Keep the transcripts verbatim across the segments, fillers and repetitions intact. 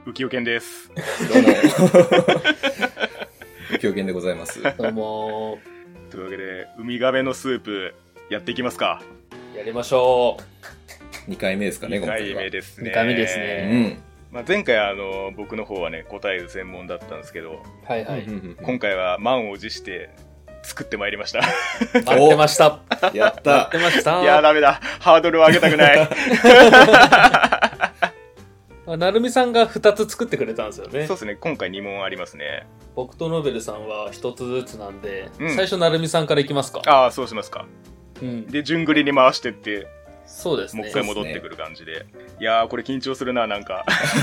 浮世健です。 どうも浮世健でございます。 どうもというわけでウミガメのスープやっていきますか。 やりましょう。にかいめですかね。 にかいめですね。 にかいめですね。 うん。まあ、前回あの僕の方はね答える専門だったんですけど、 はいはい。 今回は満を持して作ってまいりました。 待ってました。 やった。 待ってました。 いやダメだ。ハードルを上げたくない。 なるみさんがふたつ作ってくれたんですよね。 そうですね。今回に問ありますね。 僕とノベルさんはひとつずつなんで、 うん、 最初なるみさんからいきますか。 ああ、そうしますか。 うん、 で順繰りに回してって、 そうですね。 もう一回戻ってくる感じで。いやーこれ緊張するななんか。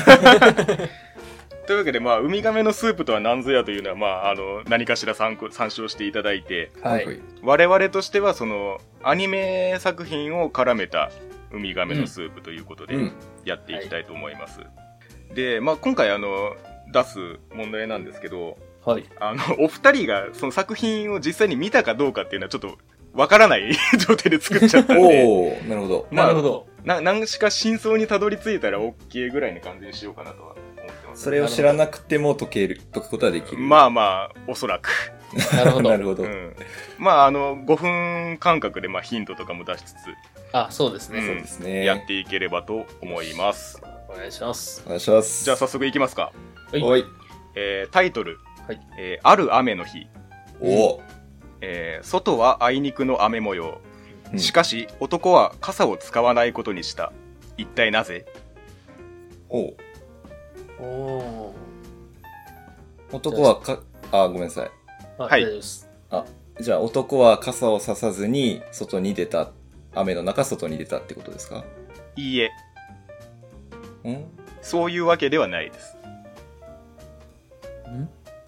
というわけで、まあ、ウミガメのスープとは何ぞやというのは、まあ、あの何かしら参考参照していただいて、 はい、 我々としてはそのアニメ作品を絡めたウミガメのスープということでやっていきたいと思います。うんはい、で、まあ、今回あの出す問題なんですけど、 はい、 あのお二人がその作品を実際に見たかどうかっていうのはちょっとわからない状態で作っちゃったんでおー、なるほど、 まあ、 なるほど。 な何しか真相にたどり着いたら OK ぐらいの感じにしようかなとは思ってます。 それを知らなくても解ける解くことはできる。 まあまあおそらく。 なるほど。 なるほど。 うん、まああのごふん間隔でまあヒントとかも出しつつ、 あ、そうですね。 うん、 そうですね。 やっていければと思います。 お願いします。 お願いします。 じゃあ早速いきますか。 はい。 おい。 えー、タイトル、 はいえー、ある雨の日。 お、 えー、外はあいにくの雨模様。 うん、 しかし男は傘を使わないことにした。一体なぜ？ おう。 お男はか、あ、ごめんなさい。 あ、 はい。 大丈夫です。 あ、じゃあ男は傘をささずに外に出た。雨の中外に出たってことですか？ いいえ。 ん？ そういうわけではないです。 ん？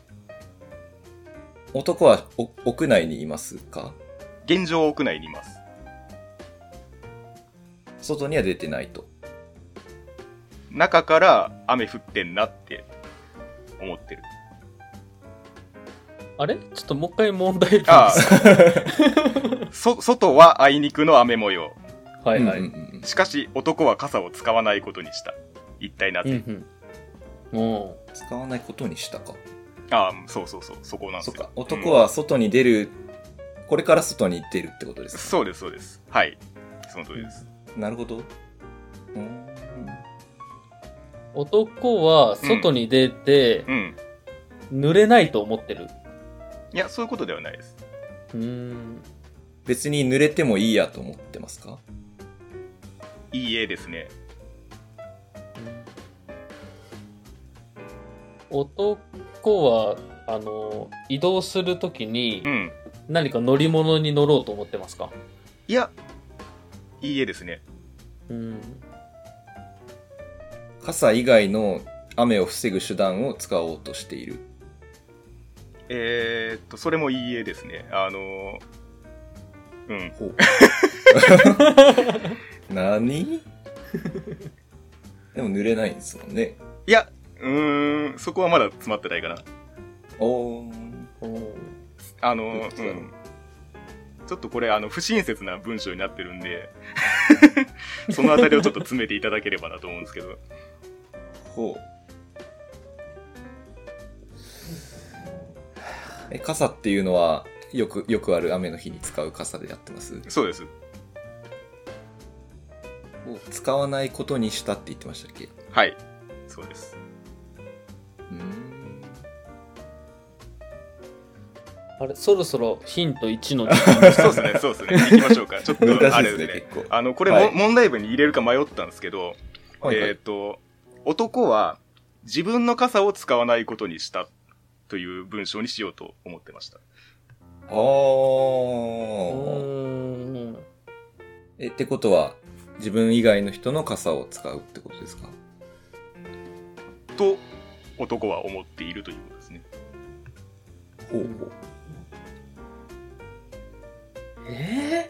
男はお屋内にいますか？ 現状屋内にいます。 外には出てないと。 中から雨降ってんなって思ってる。 あれちょっともう一回問題文ああそ外はあいにくの雨模様。 はいはい、 うんうんうん、 しかし男は傘を使わないことにした。一体なぜ？ うんうん、お使わないことにしたか。 ああ、そうそうそう、そこなんですよ。 そっか、男は外に出る、うん、これから外に出るってことですか？ そうですそうです。はい、その通りです。 なるほど。うん、 男は外に出て、 うんうん、濡れないと思ってる？ いや、そういうことではないです。 うーん、 別に濡れてもいいやと思ってますか？ いいえですね。 男はあの移動するときに、 うん、 何か乗り物に乗ろうと思ってますか？ いや、いいえですね。 うん、 傘以外の雨を防ぐ手段を使おうとしている。 えー、っとそれもいいえですね。あのうんほう何でも濡れないんですもんね。 いや、うーん、そこはまだ詰まってないかな。 おー、 あの、うん、ちょっとこれあの不親切な文章になってるんでそのあたりをちょっと詰めていただければなと思うんですけど。 ほう。え、傘っていうのはよくよくある雨の日に使う傘でやってます？ そうです。 使わないことにしたって言ってましたっけ？ はい、そうです。 うーん、 あれ、そろそろヒントいちの時間そうですね、そうですね。行きましょうか。ちょっとあれですね。 結構あのこれも、はい、問題文に入れるか迷ったんですけど、はいはい、えっと男は自分の傘を使わないことにしたという文章にしようと思ってました。 あー。え、ってことは自分以外の人の傘を使うってことですか？ と男は思っているということですね。 ほうほう。 え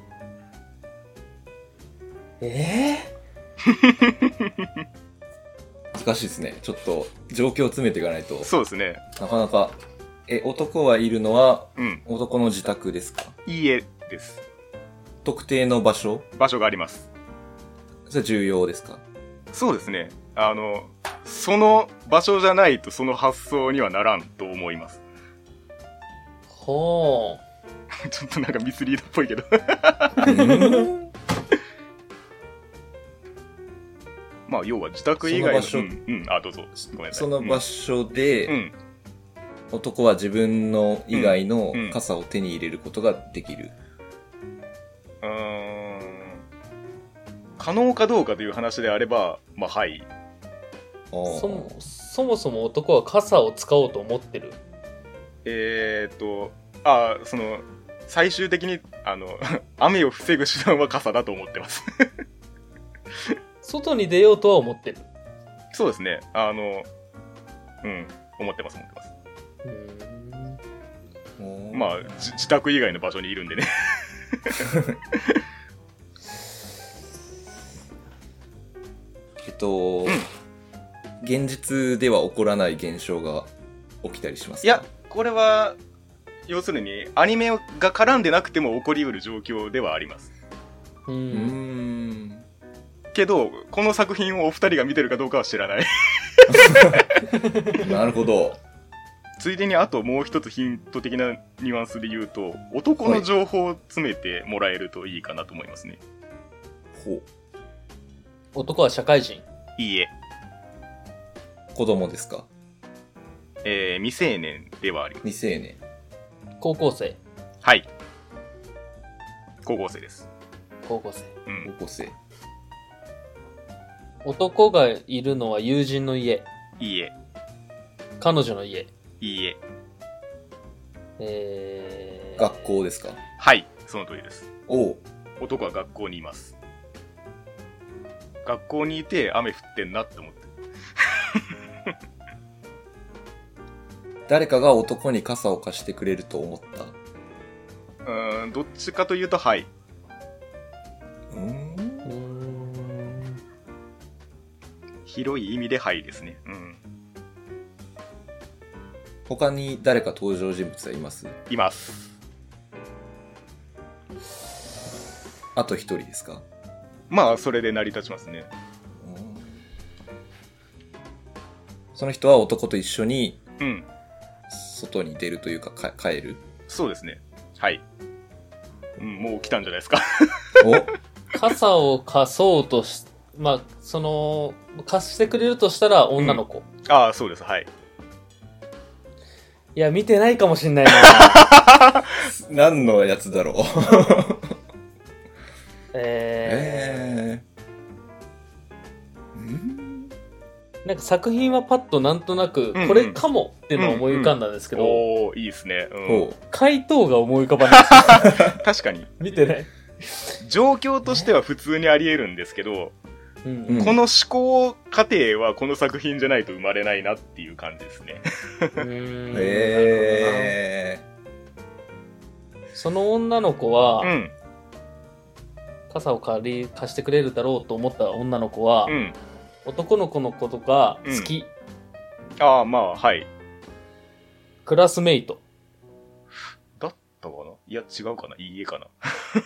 ー、えー、難しいですね。ちょっと状況を詰めていかないと。 そうですね。 なかなか。え、男はいるのは、 うん、 男の自宅ですか？ いいえです。 特定の場所？ 場所があります。 それ重要ですか？ そうですね。あのその場所じゃないとその発想にはならんと思います。 ほう。ちょっとなんかミスリードっぽいけど。まあ要は自宅以外のその場所、 うん、うん、あ、どうぞ。ごめんなさい。 その場所で、 うん、 男は自分の以外の傘を手に入れることができる。 うーん。可能かどうかという話であれば、まあはい。 そもそもそも男は傘を使おうと思ってる。 えーっと、あ、その、最終的に、あの、雨を防ぐ手段は傘だと思ってます。 外に出ようとは思ってる。 そうですね。あの、うん、思ってます、思ってます。 うーん。 まあ、自宅以外の場所にいるんでね。 えっと、うん、現実では起こらない現象が起きたりしますか？ いや、これは、要するに、アニメが絡んでなくても起こりうる状況ではあります。 うーん。 けど、この作品をお二人が見てるかどうかは知らない。 なるほど。 ついでにあともう一つヒント的なニュアンスで言うと、男の情報を詰めてもらえるといいかなと思いますね。 ほう。 男は社会人？ いいえ。 子供ですか？ えー、未成年ではあります。 未成年。 高校生？ はい。高校生です。 高校生。 うん。 高校生。 男がいるのは友人の家？ いいえ。 彼女の家？ いいえ。 えー、 学校ですか？ はい、その通りです。 おう。 男は学校にいます。学校にいて雨降ってんなって思って。 誰かが男に傘を貸してくれると思った？ うーん、どっちかというとはい。 うーん。 広い意味ではいですね。うん。 他に誰か登場人物はいます？ います。 あと一人ですか？ まあそれで成り立ちますね。 その人は男と一緒にうん外に出るというか、か帰る？ そうですね。はい、うん、もう来たんじゃないですか。 お傘を貸そうとしまあその貸してくれるとしたら女の子、うん、 ああそうです。はい。 いや見てないかもしんないな。 何のやつだろう。 えー、えー、んなんか作品はパッとなんとなくこれかもっていうのを思い浮かんだんですけど、 うんうんうん、おーいいですね、うん、 回答が思い浮かばない。 確かに見てない。 状況としては普通にあり得るんですけど、うんうん、この思考過程はこの作品じゃないと生まれないなっていう感じですね。 へー。その女の子は、 うん、 傘を借り貸してくれるだろうと思った女の子は、 うん、 男の子のことが好き、 うん、ああまあはい。 クラスメイトだったかな。いや違うかな。いいえかな。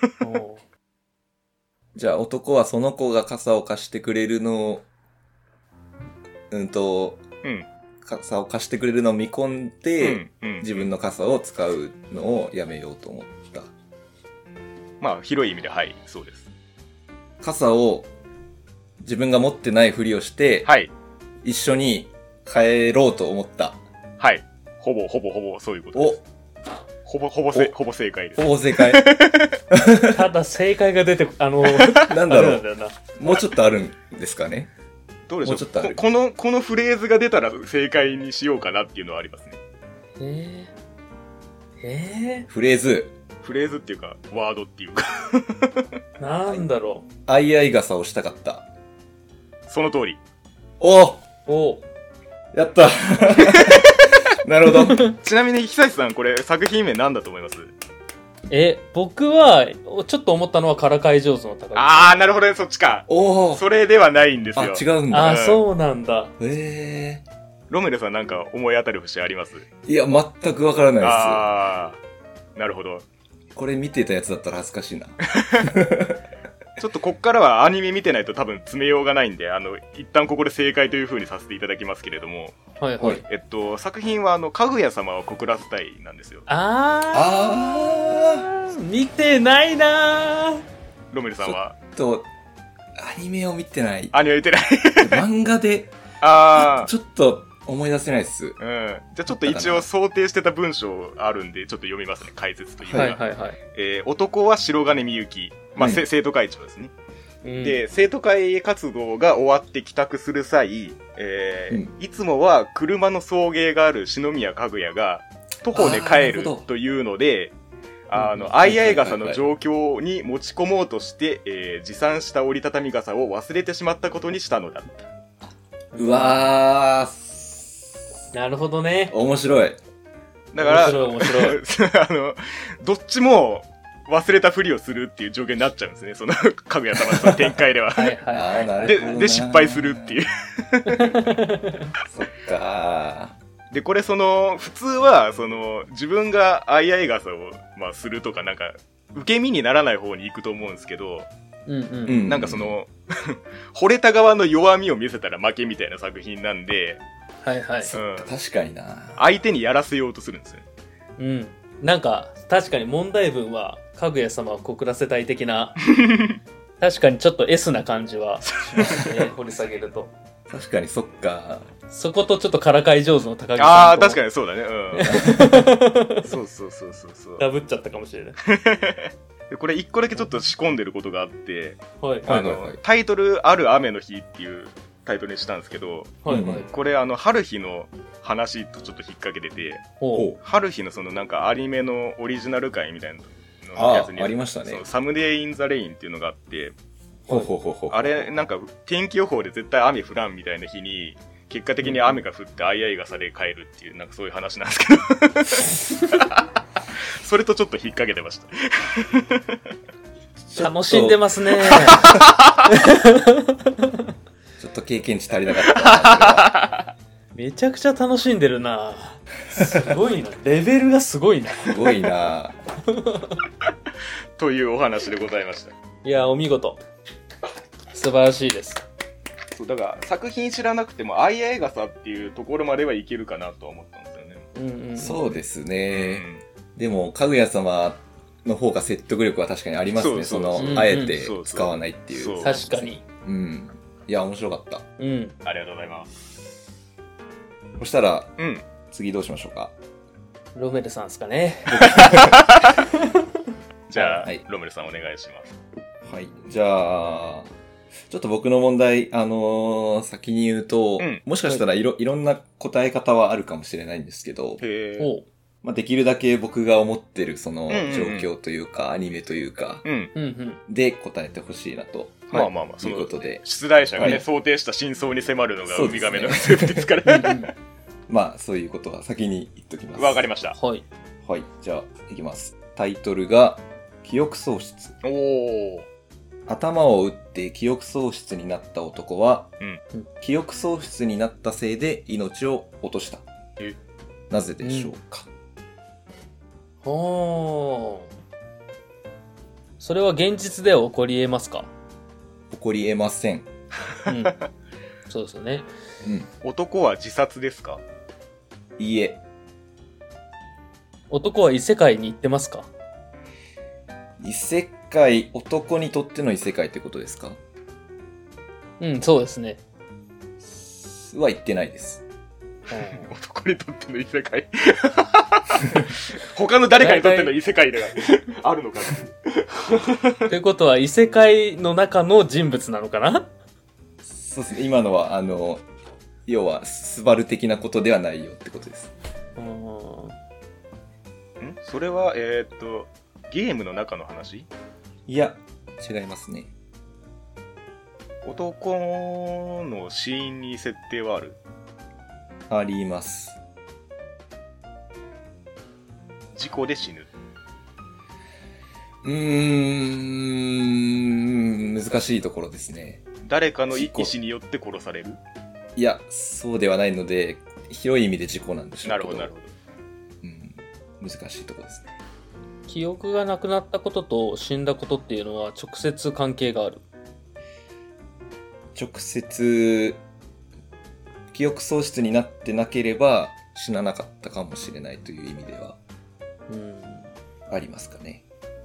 じゃあ男はその子が傘を貸してくれるのをうんと、 うん、 傘を貸してくれるのを見込んで、 うんうん、 自分の傘を使うのをやめようと思った。 まあ広い意味ではいそうです。 傘を自分が持ってないふりをして、 はい、 一緒に帰ろうと思った。 はい、ほぼほぼほぼそういうことです。ほぼほぼせほぼ正解です。 ほぼ正解。 ただ正解が出てあのなんだろう。もうちょっとあるんですかね。 どうでしょう。もうちょっとある。このこのフレーズが出たら正解にしようかなっていうのはありますね。 えー、えー、 フレーズ。 フレーズっていうかワードっていうか。 なんだろう。 あいあい傘をしたかった。 その通り。 おおやった。なるほど。 ちなみに久石さんこれ作品名なんだと思います？ え、僕はちょっと思ったのはからかい上手の高木。 あーなるほどね、そっちか。 おお。 それではないんですよ。 あ違うんだ。 あ、そうなんだ。 へえ。 ロメルさんなんか思い当たる節あります？ いや全くわからないです。 あーなるほど。 これ見てたやつだったら恥ずかしいな。 ちょっとこっからはアニメ見てないと多分詰めようがないんで、あの、一旦ここで正解という風にさせていただきますけれども、 はいはい。 えっと、作品は、あの、かぐや様を告らせたいなんですよ。 ああー、見てないなー。 ロメルさんは。 ーと、アニメを見てない。 アニメ見てない。 漫画で、 あちょっと思い出せないっす。 ー。うん。じゃあちょっと一応想定してた文章あるんで、ちょっと読みますね。解説というか。 はいはいはい。 えー男は白金みゆき。まあ、 うんせ生徒会長ですね。 うん、 で、生徒会活動が終わって帰宅する際、えーうんいつもは車の送迎がある篠宮かぐやが徒歩で帰るあーなるほどというので、あの、 うん相合い傘の状況に持ち込もうとして、えー持参した折りたたみ傘を忘れてしまったことにしたのだった。 うわー、 なるほどね。 面白い。 だから、 面白い面白い。 あの、どっちも忘れたふりをするっていう状況になっちゃうんですね。その、かぐや様のその展開では。 はいあはーなるでほどな。 で、失敗するっていう。 そっかで、これその、普通は、その、自分が相合い傘を、まあ、するとか、なんか、受け身にならない方に行くと思うんですけど、 い。うんう。 ー。うんん。 なんかそ、の、惚れた側の弱みを見せたら負けみたいな作品なんで、 はいはい。 うん、 確かにな。 相手にやらせようとするんですよね。 うん。なんか、確かに問題文は、かぐや様を告らせたい的な、確かにちょっと S な感じはしますね、掘り下げると。 確かにそっか。 そことちょっとからかい上手の高木さんとああ、確かにそうだね。うん。そうそうそうそうそう。 ダブっちゃったかもしれない。 でこれ一個だけちょっと仕込んでることがあって、 はいあの、 はいはいはいタイトル、ある雨の日っていうタイトルにしたんですけど、 はいはい。 うんこれあの、春日の話とちょっと引っ掛けてて、 ほう。 春日のそのなんかアニメのオリジナル回みたいなああのやつにありましたねそうサムデイ・イン・ザ・レインっていうのがあって、 ほうほうほうほう。 あれなんか天気予報で絶対雨降らんみたいな日に結果的に雨が降って相合い傘で帰るっていうなんかそういう話なんですけどそれとちょっと引っ掛けてました。 楽しんでますね。 ちょっと経験値足りなかったな。 めちゃくちゃ楽しんでるな。すごいな。レベルがすごいな。 すごいな。 というお話でございました。 いや、お見事。素晴らしいです。 そうだから作品知らなくても相合い傘っていうところまではいけるかなとは思ったんですよね。 うんうん。 そうですうね。 んでも、かぐや様の方が説得力は確かにありますね。 そそうそうの、あえてそうそう使わないっていそうう。 確かに。 うん。いや、面白かった。 うん。 ありがとうございます。 そしたら、 うん。 次どうしましょうか。 ロメルさんですかね。 じゃあ、 はいロメルさんお願いします。 はい。じゃあ、ちょっと僕の問題、あのー先に言うと、 うんもしかしたらいろ、いろんな答え方はあるかもしれないんですけど、 へえ。 おう。 まあ、できるだけ僕が思ってるそのうんうんうん状況というか、アニメというか、 うん。 うんうん。 で答えてほしいなと。 まあまあまあ、 とそのいうことで、 出題者がね、 はい想定した真相に迫るのがウミそうですねガメのスープですから。 うんうんまあ、そういうことは先に言っときます。 わかりました。 はい。 はい。じゃあ、いきます。タイトルが、記憶喪失。 おー。 頭を打って記憶喪失になった男は、 うん記憶喪失になったせいで命を落とした。 えなぜでしょうか、 ほー。それは現実では起こり得ますか？ 起こり得ません。 うん。そうですよね。 うん。 男は自殺ですか？ いいえ。 男は異世界に行ってますか？ 異世界、男にとっての異世界ってことですか？ うん、そうですね。 は言ってないです。 男にとっての異世界他の誰かにとっての異世界があるのかなということは異世界の中の人物なのかな？ そうですね。今のは、あの、要は、スバル的なことではないよってことです。 うーん。 んそれは、えーっと、ゲームの中の話？ いや、違いますね。 男の死因に設定はある？ あります。 事故で死ぬ？ うーん、難しいところですね。 誰かの意事故思によって殺される？ いや、そうではないので、広い意味で事故なんでしょうけど。 なるほど、なるほど。 うん、難しいところですね。 記憶がなくなったことと死んだことっていうのは直接関係がある？ 直接記憶喪失になってなければ死ななかったかもしれないという意味ではうんありますかね。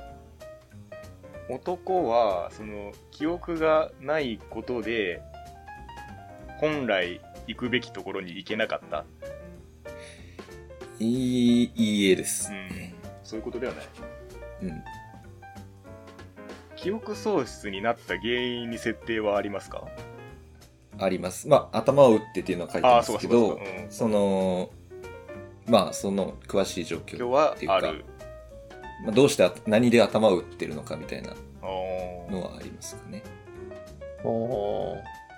男はその記憶がないことで本来行くべきところに行けなかった。 いい、いいえです、 うん、そういうことではない。 うん。 記憶喪失になった原因に設定はありますか？ あります。まあ頭を打ってっていうのは書いてますけど、 うん、 そのまあその詳しい状況っていうか、 今日はある。 まあ、どうして何で頭を打ってるのかみたいなのはありますかね。 おー。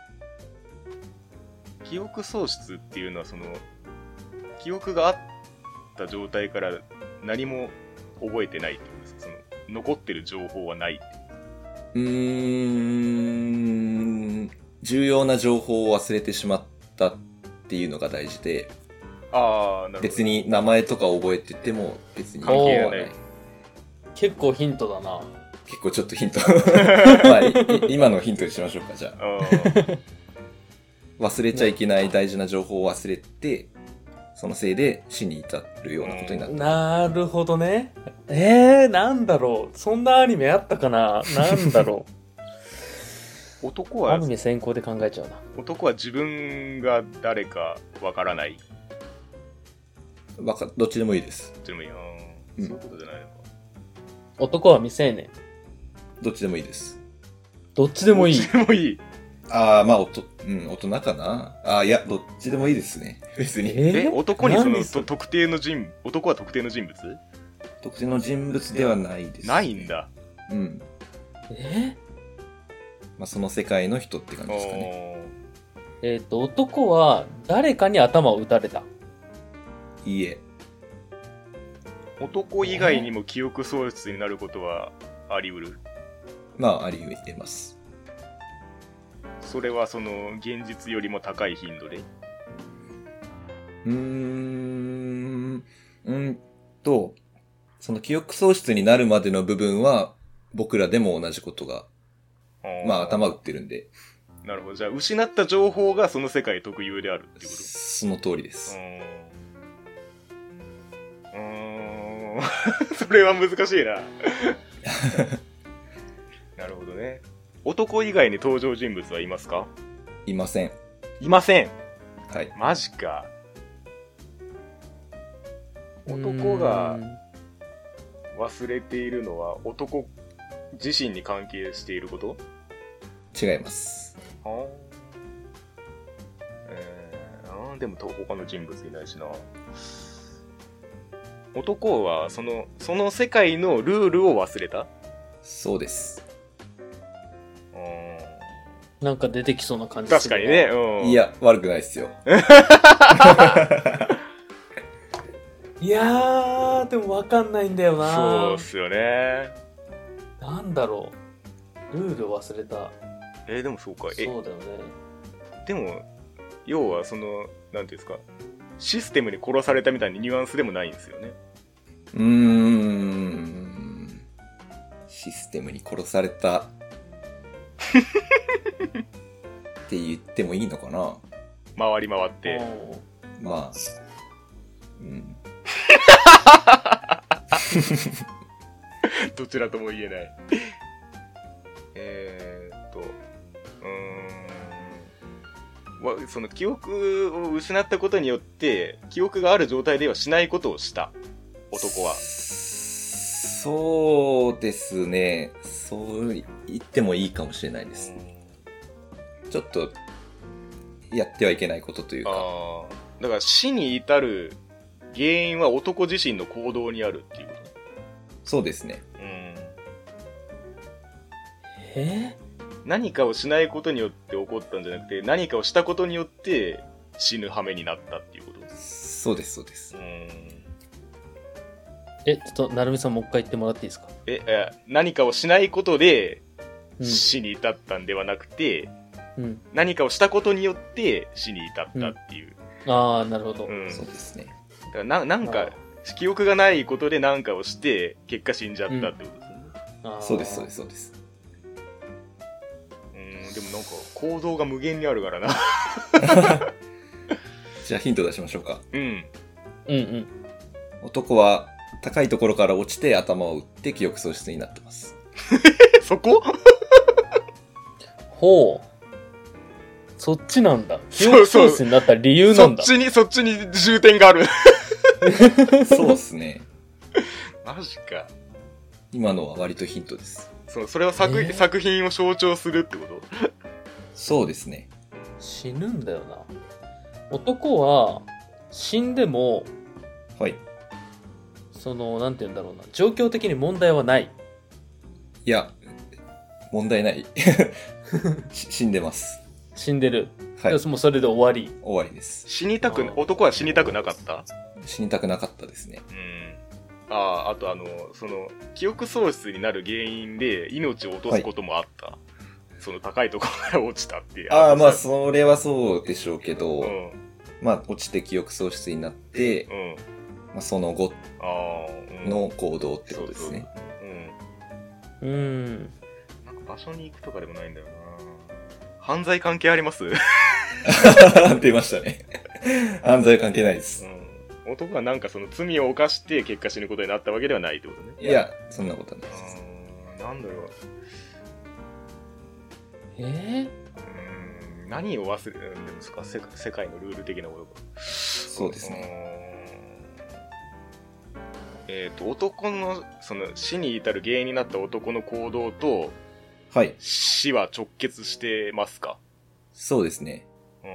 記憶喪失っていうのはその記憶があった状態から何も覚えてないってことですか？その残ってる情報はない。 うーん、重要な情報を忘れてしまったっていうのが大事で、 あー、なるほど。 別に名前とか覚えてても別に関係ない。 結構ヒントだな。 結構ちょっとヒントまあ今のヒントにしましょうか。じゃあ忘れちゃいけない大事な情報を忘れて、そのせいで死に至るようなことになった。 なるほどね。えー、なんだろう。そんなアニメあったかな。なんだろう。男はアニメ先行で考えちゃうな。 男は自分が誰かわからない。 わかどっちでもいいです。 どっちでもいい。 うん、 そういうことじゃないのか。 男は未成年。 どっちでもいいです。 どっちでもいい。 どっちでもいい。 ああ、まあおと、うん、大人かな。ああ、いや、どっちでもいいですね。別に。 えー、 え、男にそのと特定の人、男は特定の人物？ 特定の人物ではないです、ね。 ないんだ。 うん。 えまあその世界の人って感じですかね。 えっと、男は誰かに頭を打たれた？ いいえ。 男以外にも記憶喪失になることはあり得る？ まあ、あり得ます。 それはその現実よりも高い頻度で？ うーん、うんと、その記憶喪失になるまでの部分は僕らでも同じことが、まあ頭打ってるんで。 なるほど。じゃあ失った情報がその世界特有であるってこと？ その通りです。 うーんそれは難しいななるほどね。男以外に登場人物はいますか？ いません。 いません。 はい。 マジか。男が忘れているのは男自身に関係していること？ 違います。 はあ、えー、あでも他の人物いないしな。男はそのその世界のルールを忘れた？ そうです。 なんか出てきそうな感じする。確かにね。うん、 いや悪くないですよ。 いやーでも分かんないんだよな。 そうっすよね。 なんだろう。ルール忘れた。 えー、でもそうか。えそうだよね。 でも要はそのなんていうんですか、システムに殺されたみたいなニュアンスでもないんですよね。 うーん。システムに殺されたって言ってもいいのかな。 回り回ってまあうんどちらとも言えないえーっとうーんその記憶を失ったことによって記憶がある状態ではしないことをした男は。 そうですね。そう言ってもいいかもしれないです。ちょっとやってはいけないことというか。 あだから死に至る原因は男自身の行動にあるっていうこと。 そうですね。 うん。 え何かをしないことによって起こったんじゃなくて、何かをしたことによって死ぬ羽目になったっていうこと。 そうですそうです。 うん。え、ちょっとなるみさんもう一回言ってもらっていいですか？ え、え何かをしないことで死に至ったんではなくて、うん、何かをしたことによって死に至ったっていう。 うん、ああ、なるほど、 うん。 そうですね。だからななんか記憶がないことで何かをして、結果死んじゃったってことですね。 うん、 そうです、そうです、そうです。 うん、でもなんか、行動が無限にあるからな。 じゃあヒント出しましょうか。 うん。 うんうん。 男は高いところから落ちて頭を打って記憶喪失になってます。 そこほう。そっちなんだ。記憶喪失になった理由なんだ。 そっちに、そっちに重点がある。 そうっすね。 マジか。 今のは割とヒントです。 そう、それは作、えー、作品を象徴するってこと？ そうですね。 死ぬんだよな。男は死んでも、 はい。 その、なんて言うんだろうな。状況的に問題はない。 いや、問題ない。死んでます。 死んでる。 はい。 もうそれで終わり。 終わりです。 死にたく、男は死にたくなかった？ 死にたくなかったですね。 うん。ああ、あとあの、その、記憶喪失になる原因で命を落とすこともあった。はい、その高いところから落ちたっていう。 ああ、まあそれはそうでしょうけど、 うん、 まあ落ちて記憶喪失になって、うん、まあ、その後の行動ってことですね。 うん。うん。 なんか場所に行くとかでもないんだよな。犯罪関係あります？ 出ましたね。犯罪関係ないです。 うん、男がなんかその罪を犯して結果死ぬことになったわけではないってことね。 いや、そんなことはないです。 なんだろう。 えー、 うん、何を忘れるんですか？世界、世界のルール的なことが。 そうですね。 えっと、男の、その死に至る原因になった男の行動と、 はい。 死は直結してますか？ そうですね。 うん。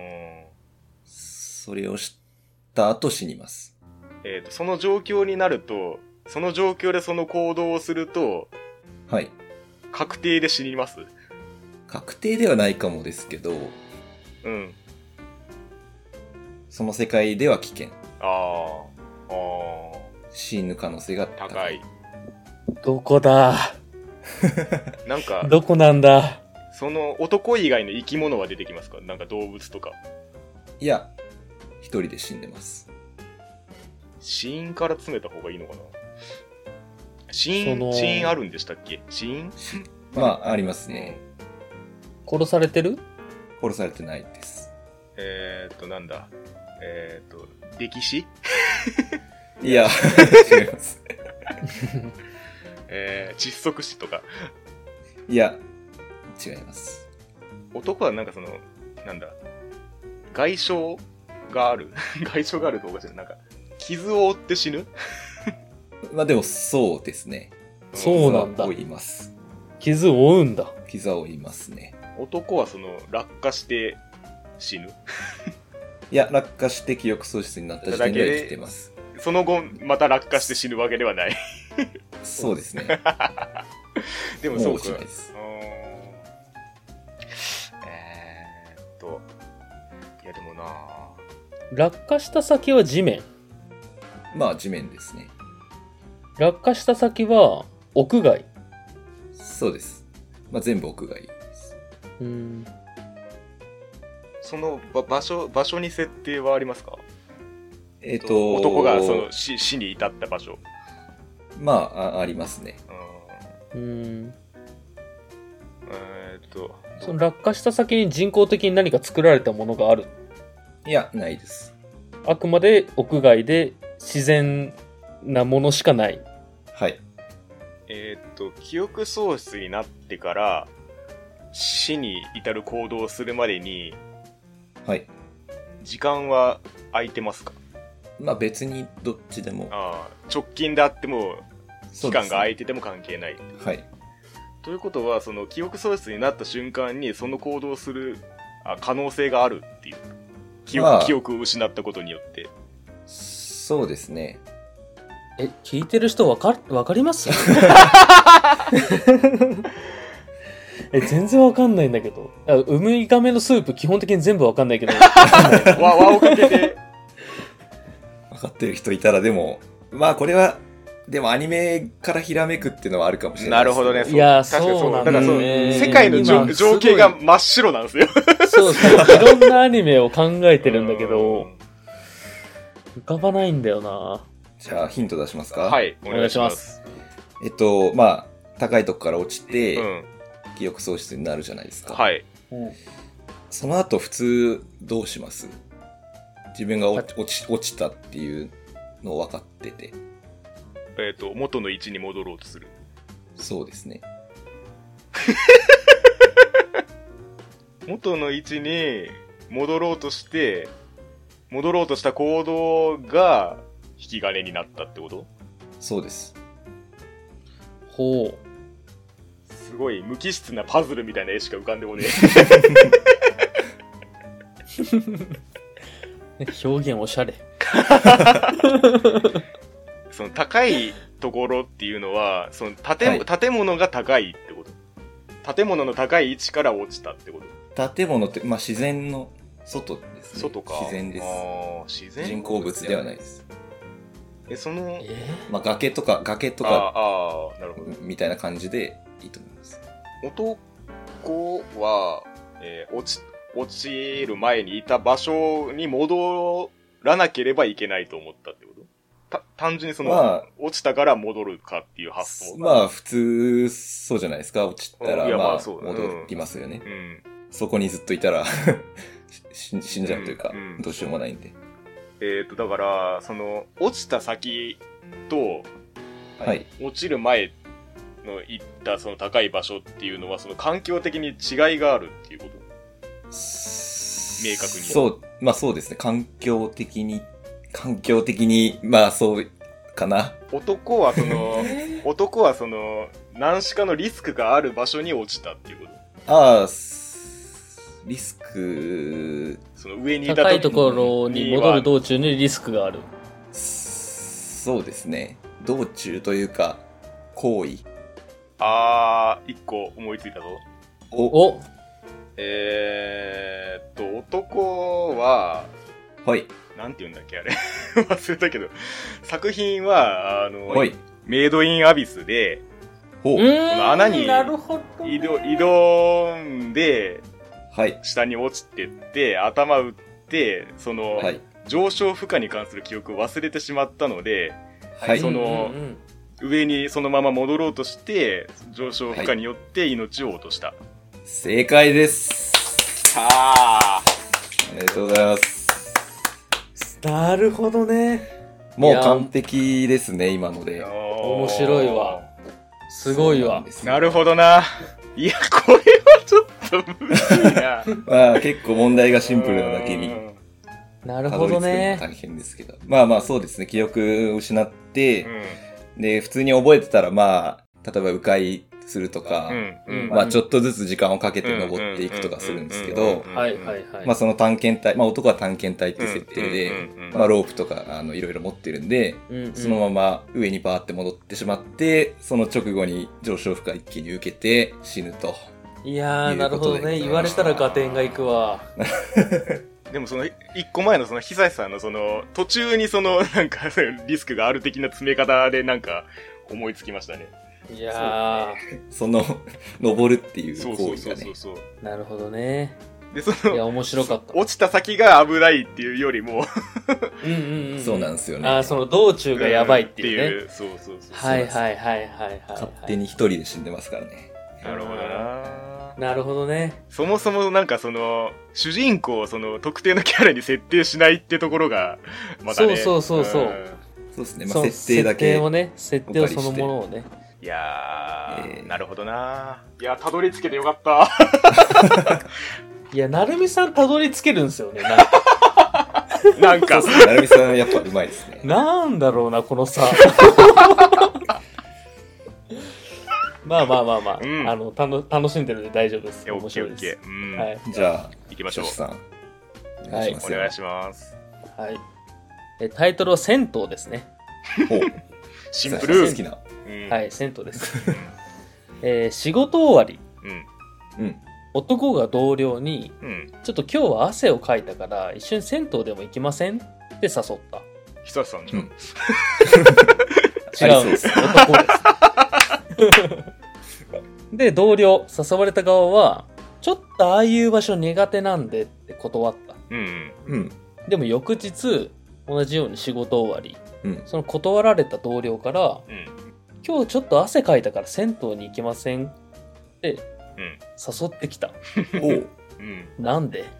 それを知った後死にます。 えっと、その状況になると、その状況でその行動をすると、 はい。 確定で死にます？ 確定ではないかもですけど、 うん。 その世界では危険。 ああ。ああ。 死ぬ可能性が高い。 高い。 どこだ？ なんか、 どこなんだ？ その男以外の生き物は出てきますか？なんか動物とか。 いや、一人で死んでます。 死因から詰めた方がいいのかな？死因、死因あるんでしたっけ？死因？ まあ、ありますね。 殺されてる？ 殺されてないです。 えーっと、なんだ。えーっと、溺死？ いや、違います。 えー、窒息死とか。 いや、違います。 男はなんかその、なんだ、外傷がある外傷があるとおかしい。なんか、傷を負って死ぬまあでもそうですね。 そうなんだ。 傷を負います。 傷を負うんだ。 傷を負いますね。 男はその、落下して死ぬいや、落下して記憶喪失になった時点で生きてます。 その後、また落下して死ぬわけではない。 そうですね。 でもそうか。 もう落ちないです。 えーっと、いやでもな落下した先は地面。 まあ地面ですね。 落下した先は屋外。 そうです。まあ全部屋外です。 うーん。 その場所、場所に設定はありますか？ えっと、 男がその 死, 死に至った場所。 まあ、あ、ありますね。 うーん。 えーっと、 その落下した先に人工的に何か作られたものがある？ いや、ないです。 あくまで屋外で自然なものしかない。 はい。 えーっと、記憶喪失になってから死に至る行動をするまでに、 はい。 時間は空いてますか？ まあ別にどっちでも。 ああ、直近であっても、期間が空いてても関係ない。 はい。 ということは、その記憶喪失になった瞬間にその行動をするあ可能性があるっていう記憶、まあ、記憶を失ったことによって。 そうですね。 え、聞いてる人わか、わかりますえ、全然わかんないんだけど。ウミガメのスープ基本的に全部わかんないけど。 わ、輪をかけて。 わかってる人いたらでも、まあこれは、でもアニメからひらめくっていうのはあるかもしれないです、ね。 なるほどね。 いや、そうなんだ、ね。 だからそう、世界の情情景が真っ白なんですよ。 そうそう。いろんなアニメを考えてるんだけど、浮かばないんだよな。 じゃあヒント出しますか？ はい、お願いします。 えっと、まあ、高いとこから落ちて、 うん、 記憶喪失になるじゃないですか。 はい。 その後普通どうします？自分が落ち、落ちたっていうのを分かってて。 えっと、元の位置に戻ろうとする。 そうですね。 元の位置に戻ろうとして、戻ろうとした行動が引き金になったってこと？ そうです。 ほう。 すごい無機質なパズルみたいな絵しか浮かんでこねえ。表現おしゃれ。 その高いところっていうのは、その建、はい、建物が高いってこと？建物の高い位置から落ちたってこと？ 建物って、まあ、自然の外ですね。 外か。 自然です。 あ、自然人工物ではないです。 え、その、 えー、まあ、崖とか、崖とか、 ああ、なるほど。 みたいな感じでいいと思います。 男は、えー、落ち、落ちる前にいた場所に戻らなければいけないと思ったってこと？た単純にその、まあ、落ちたから戻るかっていう発想。 まあ、普通、そうじゃないですか。落ちたら、まあ、まあ戻りますよね。うんうん、そこにずっといたら死んじゃうというか、うんうん、どうしようもないんで。 えっと、だから、その、落ちた先と、 はい。 落ちる前の行ったその高い場所っていうのは、その環境的に違いがあるっていうこと？明確に。 そう、まあそうですね。環境的に、環境的に、まあそうかな。 男はその、男はその、何しかのリスクがある場所に落ちたっていうこと？ ああ、リスク、 その上にいた時に高いところに戻る道中にリスクがある。 そうですね。道中というか、行為。 あー、一個思いついたぞ。 おおえーっと、男は、 はい。 なんて言うんだっけ、あれ。忘れたけど。作品は、あの、 はい、 メイドインアビスで、 ほう。この穴に移動、移動で、 はい。 下に落ちてって、頭打って、その、はい、上昇負荷に関する記憶を忘れてしまったので、はい、その、うんうんうん上にそのまま戻ろうとして上昇負荷によって命を落とした、はい、 正解です。 さあおめでとうございます。 なるほどね。 もう完璧ですね今ので。 面白いわ。すごいわ。 な, なるほどな。いやこれはちょっとむずいなまあ結構問題がシンプルなだけになるほどね。 大変ですけどまあまあそうですね記憶を失って、うんで、普通に覚えてたら、まあ、例えば迂回するとか、うんうん、まあ、ちょっとずつ時間をかけて登っていくとかするんですけど、まあ、その探検隊、まあ、男は探検隊っていう設定で、まあ、ロープとか、あの、いろいろ持ってるんで、うんうん、そのまま上にバーって戻ってしまって、その直後に上昇負荷一気に受けて死ぬと。 いやー、なるほどね。言われたら合点がいくわ。 でもその一個前のその久さんのその途中にそのなんかリスクがある的な詰め方でなんか思いつきましたね。 いやーその登るっていう行為がね。そうそうそうそうなるほどね。 でそのいや面白かった。 落ちた先が危ないっていうよりもうんうん、うん、そうなんですよね。 あその道中がやばいっていうね。うん、 っていうそうそうそう。 はいはいはいはいはい。 勝手に一人で死んでますからね。 なるほどな。 なるほどね。 そもそもなんかその主人公をその特定のキャラに設定しないってところがまたね。 そうそうそうそう。うん、 そうですね。まあ設定だけ設定をね、設定をそのものをね。 いやー、えー、なるほどな。いやたどり着けてよかった。 いやなるみさんたどり着けるんですよね。 なんかなるみさんやっぱうまいですね。 なんだろうなこの差。まあまあまあまあ、うん、あのたの楽しんでるんで大丈夫です。面白いです。 うん、 はい、じゃあ行きましょう。 さんお願いします。はい、お願いします。 はい。えタイトルは銭湯ですね。 シンプル。 好きな。 はい、銭湯です。えー、仕事終わり。 うん。うん。 男が同僚に、うん、ちょっと今日は汗をかいたから一緒に銭湯でも行きませんって誘った。 久さんじゃん。うん、 違うんです。男です。で同僚誘われた側はちょっとああいう場所苦手なんでって断った。 うんうん。 でも翌日同じように仕事終わり、 うん。 その断られた同僚から、 うん。 今日ちょっと汗かいたから銭湯に行きませんってうん。 誘ってきた。 おう。 うん。 なんで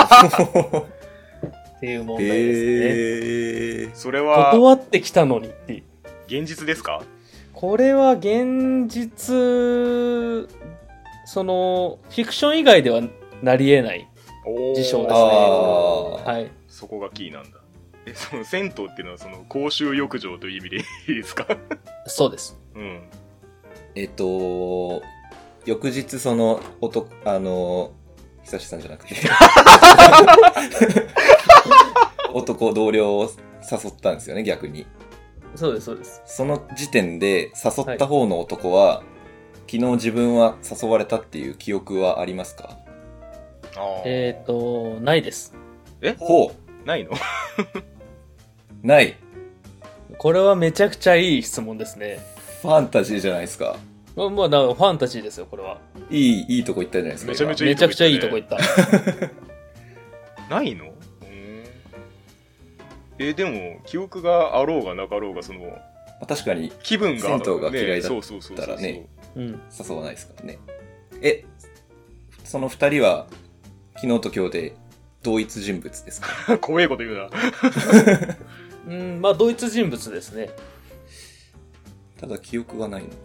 っていう問題ですね。 へー。 それは、 断ってきたのにっていう。 現実ですか？ これは現実、その、フィクション以外ではなり得ないおー事象ですね。 あー。 はい。 そこがキーなんだ。え、その銭湯っていうのはその公衆浴場という意味でいいですか？ そうです。 うん。 えっと、翌日その男、あの、久志さんじゃなくて、男同僚を誘ったんですよね、逆に。 そうです、そうです。 その時点で誘った方の男は、はい、昨日自分は誘われたっていう記憶はありますか？ あえっ、ー、と、ないです。 え？ ほうないの？ ない。 これはめちゃくちゃいい質問ですね。 ファンタジーじゃないですか。 まあ、まあ、だからファンタジーですよ、これは。 いい、いいとこ行ったじゃないですか。 めちゃめちゃめちゃくちゃいいとこ行った。 ないの？え、でも、記憶があろうがなかろうが、その、 確かに、 気分が、 銭湯が嫌いだそうそうそうったらね、 うん、 誘わないですからね。え、その二人は、昨日と今日で同一人物ですか？ 怖いこと言うな。 うん、まあ、同一人物ですね。 ただ記憶がないのか。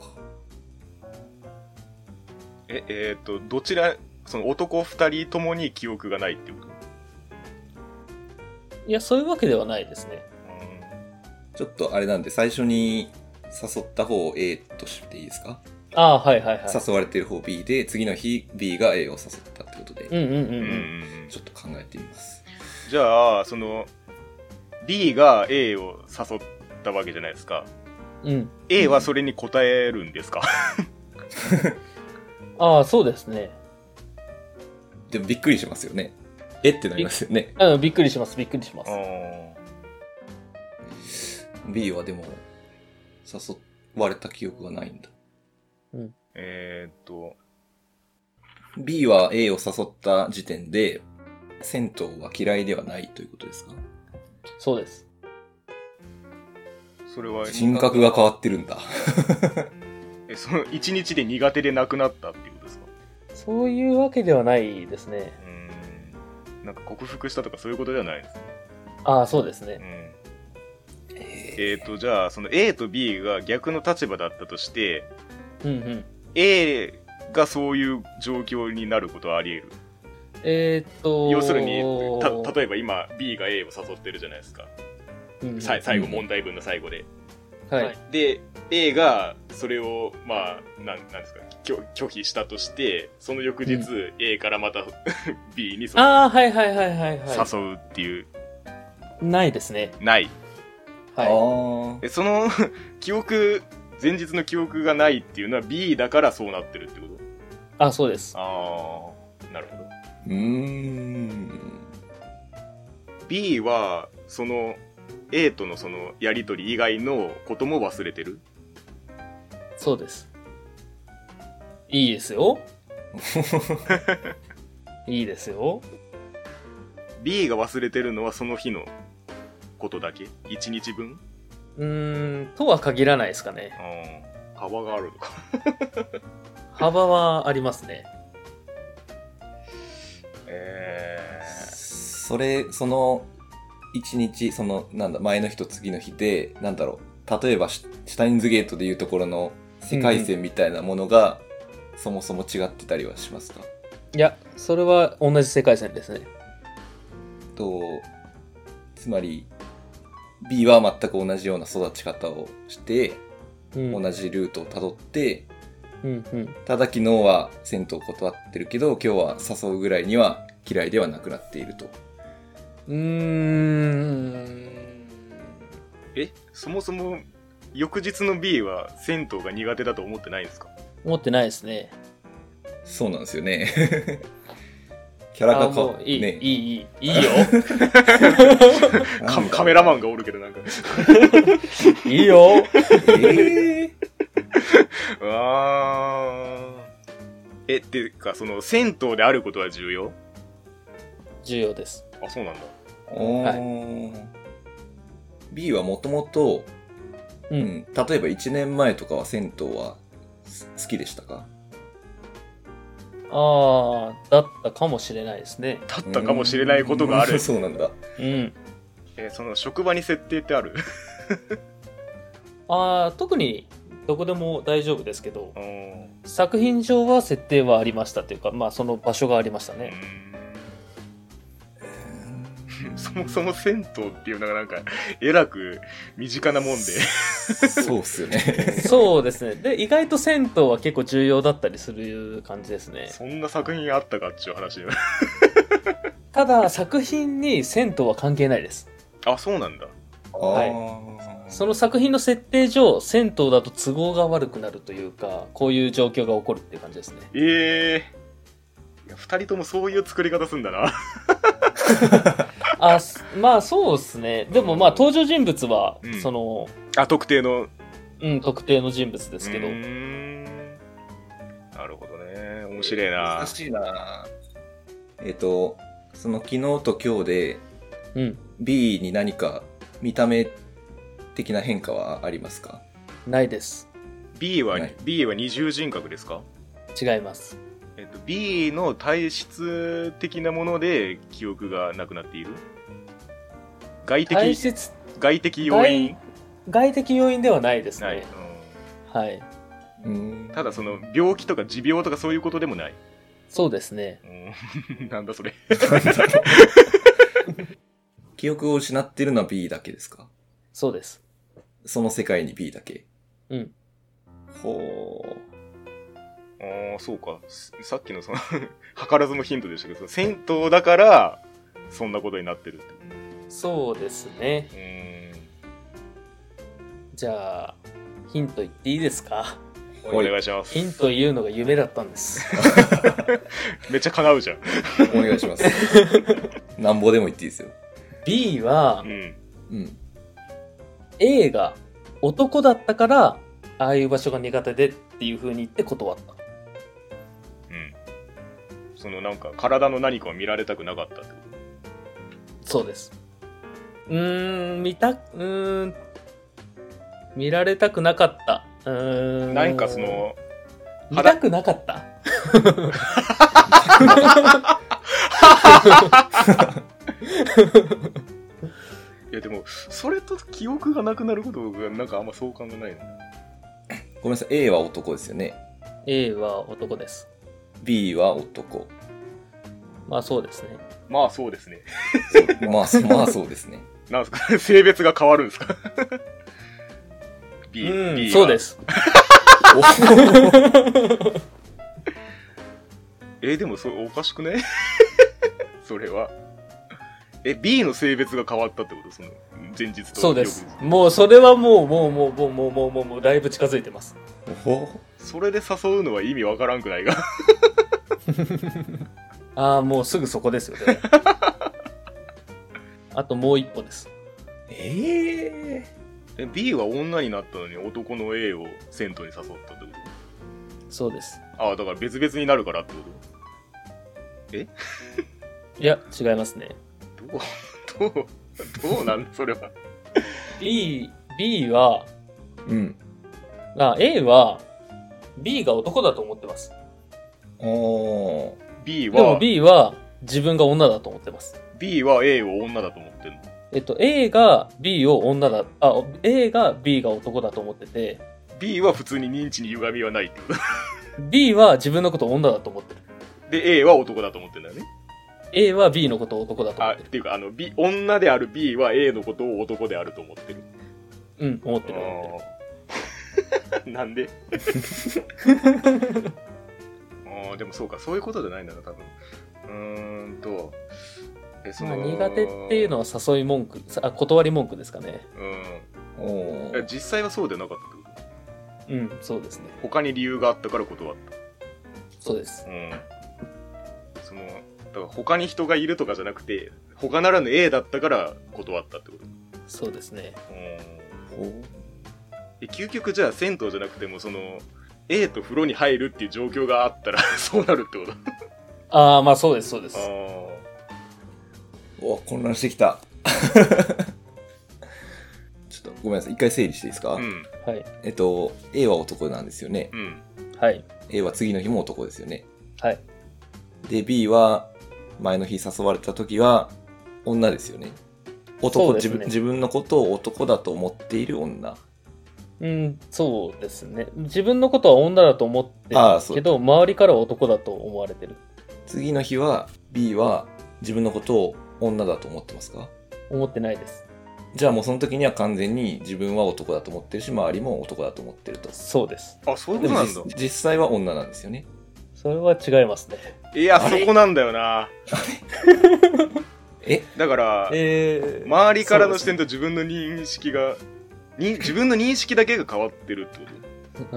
え、えっと、どちら、その男二人ともに記憶がないってこと？ いや、そういうわけではないですね。 ちょっとあれなんで、最初に誘った方を A としていいですか？ ああ、はいはいはい。 誘われてる方 B で、次の日 B が A を誘ったってことで、 うんうんうんうん。 うん、 ちょっと考えてみます。 じゃあ、その、B が A を誘ったわけじゃないですか。 うん。 A はそれに答えるんですか？ ああ、そうですね。 でもびっくりしますよね。えってなりますよね。 うん、びっくりします、びっくりします。 B はでも、誘われた記憶がないんだ。 うん。 えー、っと。 B は A を誘った時点で、銭湯は嫌いではないということですか？ そうです。 それは人格が変わってるんだ。 え、その一日で苦手でなくなったっていうことですか？ そういうわけではないですね。 うーん。なんか克服したとかそういうことじゃないです。 ああ、そうですね。 うんえーと、じゃあ、その A と B が逆の立場だったとして、 うんうん。 A がそういう状況になることはあり得る。 えー、っと要するに、た、例えば今 B が A を誘ってるじゃないですか。うん、さ最後、問題文の最後で。 はい。 で、A がそれを、まあ、なん、なんですか、拒、拒否したとして、その翌日、うん、A からまたB にその、 ああ、はいはいはいはいはい。 誘うっていう。 ないですね。 ない。 はい。 え、その記憶、前日の記憶がないっていうのは B だからそうなってるってこと？ あ、そうです。 ああ、なるほど。 うーん。 B は、その、A とのそのやりとり以外のことも忘れてる？ そうです。いいですよ。いいですよ。 B が忘れてるのはその日のことだけ？一日分？ うーん、とは限らないですかね。 うん。幅があるのか。 幅はありますね。 えー。 それ、その、一日、その、なんだ、前の日と次の日で、なんだろう、例えばシュタインズゲートでいうところの世界線みたいなものが、うん、そもそも違ってたりはしますか？ いや、それは同じ世界線ですね。 と、つまり、B は全く同じような育ち方をして、うん、同じルートをたどって、 うんうん、 ただ昨日は銭湯を断ってるけど、今日は誘うぐらいには嫌いではなくなっていると。 うーん。 え、そもそも翌日の B は銭湯が苦手だと思ってないんですか？ 思ってないですね。 そうなんですよね。キャラがか、 いい、 ね、 いい、いい、いいよ。 カ, カメラマンがおるけどなんか。 いいよ。えー、あー。え、っていうか、その、銭湯であることは重要？ 重要です。 あ、そうなんだ。 はい。 B はもともと、 う。 うんん、例えばいちねんまえとかは銭湯はす好きでしたか？ ああ、だったかもしれないですね。 だったかもしれないことがある。 そうなんだ。 うん。 えーその職場に設定ってある？ ああ、特にどこでも大丈夫ですけど、 うん作品上は設定はありましたというか、まあその場所がありましたね。 そもそも銭湯っていうのがなんかえらく身近なもんでそうっすよね。 そうですね。で、意外と銭湯は結構重要だったりする感じですね。 そんな作品あったかっていう話よ。 ただ、作品に銭湯は関係ないです。 あ、そうなんだ。 はいあその作品の設定上、銭湯だと都合が悪くなるというか、こういう状況が起こるっていう感じですね。 ええー。いや二人ともそういう作り方すんだな。 あ、すまあそうですね。でもまあ登場人物は、 うんその、 あ、特定の。 うん、特定の人物ですけどうー、んなるほどね。面白いな。 難しいな。えっ、と、その昨日と今日でうん、 B に何か見た目的な変化はありますか？ ないです。 B は、 はい B は二重人格ですか？ 違います。 えっと、B の体質的なもので記憶がなくなっている？外的、 体質、 外的要因外的要因ではないですない、 ね。 うはい。 うんん。ただその病気とか持病とかそういうことでもない。 そうですね。 うんなんだそれ。 記憶を失ってるのは B だけですか？ そうです。 その世界に B だけ。 うん。 ほああ、そうか。すさっきのその、図らずもヒントでしたけど、銭湯だから、そんなことになってるって。 そうですね。 うーん。 じゃあ、ヒント言っていいですか？ お願いします。 ヒント言うのが夢だったんです。 めっちゃ叶うじゃん。 う。お願いします。なんぼでも言っていいですよ。 B はう、ん。 うん。 A が男だったから、ああいう場所が苦手でっていう風に言って断った。 うん。そのなんか、体の何かを見られたくなかったってこそうです。うーん、見た、うーん、見られたくなかった。うーと。 ん。 なんかそ、の、 見たくなかった。 いやでも、それと記憶がなくなることがなんかあんま相関がないの。 ごめんなさい。A は男ですよね。 A は男です。 B は男。 まあそうですね。 まあそうですね。 まあ、そまあそうですね。 なんすか性別が変わるんですか？ B、 うん、 B がそうで。す。 え、でもそれおかしくね？それは。え、B の性別が変わったってことその、前日と。 そうです。もうそれはもう、もう、もう、もう、もう、もう、もう、もう、だいぶ近づいてます。 おそれで誘うのは意味わからんくないが。 ああ、もうすぐそこですよね。あともう一歩です。 えええ、B は女になったのに男の A を銭湯に誘ったってこそうです。 と？ああ、だから別々になるからってこといや、違いますね。 どう、どう、どうなんだそれは。 B、B は、 うん。 あ、A は、B が男だと思ってます。 おー。 B でもは、 B は自分が女だと思ってます。 B は A を女だと思ってんの。 えっと、A が B を女だ、あ、A が B が男だと思ってて、 B は普通に認知に歪みはないってこと。 B は自分のことを女だと思ってる。 で、A は男だと思ってんだよね。 A は B のことを男だと思あ、 ってる。 っていうか、あの、B、女である B は A のことを男であると思ってる。 うん、思ってる思ってる。 あーなんでああ、でもそうか、そういうことじゃないんだな、多分。うーんと、え、そまあ、 の、 苦手っていうのは誘い文句、さあ断り文句ですかね。 うん。 おー。 え実際はそうでなかったってこと？ うん、そうですね。 他に理由があったから断った。 そうです。 うん。その、だから他に人がいるとかじゃなくて、他ならぬ A だったから断ったってこと？ そうですね。 うん。 おーえ、究極じゃあ銭湯じゃなくても、その、A と風呂に入るっていう状況があったら、そうなるってこと？ ああ、まあそうです、そうです。 あお、混乱してきた。 ごめんなさい。一回整理していいですか？ うん。 はい。 えっと、A は男なんですよね。 うん。 はい。 A は次の日も男ですよね。 はい。 で、B は前の日誘われた時は女ですよね。男、 そうですね。 自分、自分のことを男だと思っている女。 うん、そうですね。自分のことは女だと思ってるああ、そうけど、周りからは男だと思われてる。 次の日は B は自分のことを女だと思ってますか？ 思ってないです。 じゃあもうその時には完全に自分は男だと思ってるし、周りも男だと思ってると。 そうです。 あ、そういうでもことなんだ。 実実際は女なんですよね。 それは違いますね。 いや、そこなんだよな。 えだから、 えー、 周りからの視点と自分の認識が、に自分の認識だけが変わってるってこと？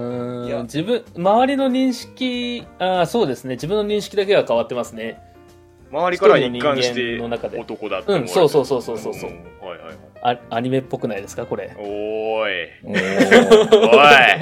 うーんいや自分、周りの認識、ああ、そうですね。自分の認識だけが変わってますね。 周りから一貫して一人の人間の中で男だって思われてる。 うん、そうそうそうそうそうそう。 んはいはいはい。 あアニメっぽくないですか、これ。 おーい。 おーおい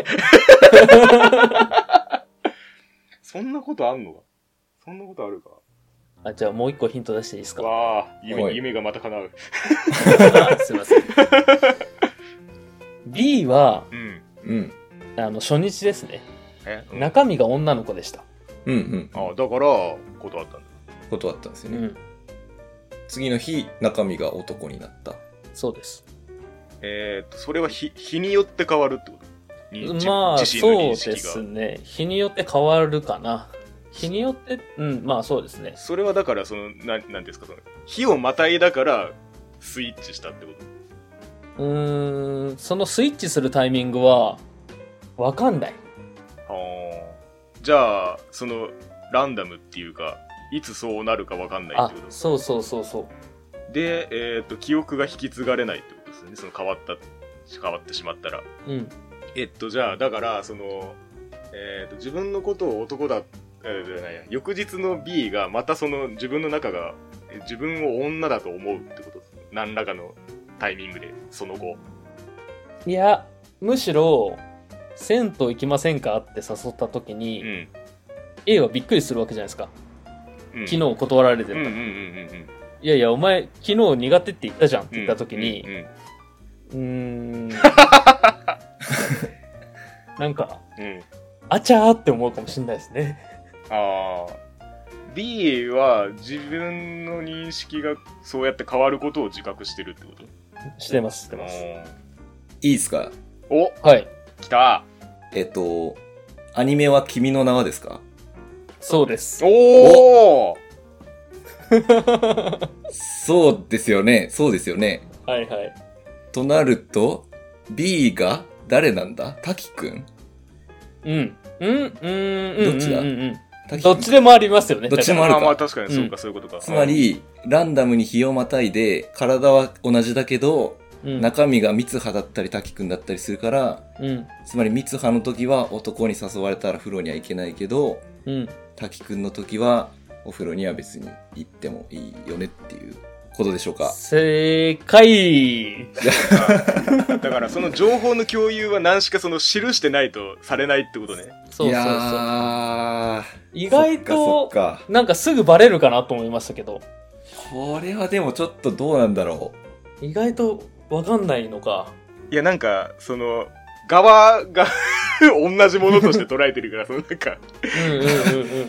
そんなことあんのか？そんなことあるか？ あ、じゃあもう一個ヒント出していいですか？ わあ、夢、 はい夢がまた叶う。 あすいません。B は、 うん。 うん。 あの、初日ですね。 え、うん、 中身が女の子でした。 うんうん。 あ、だから、断ったんだ。 ことあったんですよね。 うん。 次の日、中身が男になった。 そうです。 えーっと、それは日、日によって変わるってことに？ まあ、 自身の認そうで識が。 すね。日によって変わるかな。日によって、うん、まあそうですね。 それはだから、その、ななんですか、その、日をまたいだから、スイッチしたってこと？ うーん、そのスイッチするタイミングは、わかんない。 はあ。じゃあ、その、ランダムっていうか、いつそうなるかわかんないっあてこと？ そうそうそうそうで、えーっと、記憶が引き継がれないってことですよね。その変わった、変わってしまったら。 うんえっと、じゃあ、だから、その、えーっと、自分のことを男だ、えー、じゃないや、翌日の B が、またその、自分の中が、え自分を女だと思うってことです。何らかのタイミングで、その後。 いやむしろ銭湯行きませんかって誘った時うに、 ん。 A はびっくりするわけじゃないですか。 うん、 昨日断られてると、 うんうんうんうんいやいやお前昨日苦手って言ったじゃんってうん。 言った時にうんうんうーんなんかうん。うん。 あちゃーって思うかもしれないですね。 ああ。B は自分の認識がそうやって変わることを自覚してるってこと？ してますしてます。 いいですか？ お、 はい来た。 えっと、アニメは君の名はですか？ そうです。 おお。 そうですよね。そうですよね。 はいはい。 となると、B が誰なんだ？滝くん？ うんうんうんうんどっちだうんうんうん滝くんどっちでもありますよね。 どっちでもあるかあまあ確かにそうか、 うんそういうことか。 つまり、ランダムに日をまたいで、体は同じだけど、 うん中身が三葉だったり滝くんだったりするから、 うんつまり三葉の時は男に誘われたら風呂には行けないけど、 うん滝くんの時はお風呂には別に行ってもいいよねっていうことでしょうか。 正解。 だからその情報の共有は何しかその記してないとされないってことね。 そうそうそう。 いやー、 意外そとっかなんかすぐバレるかなと思いましたけど、 そっか。これはでもちょっとどうなんだろ意外とわかんないのか。 いやなんか、その、側が同じものとして捉えてるから、そのなんか。 うんうんうんうん。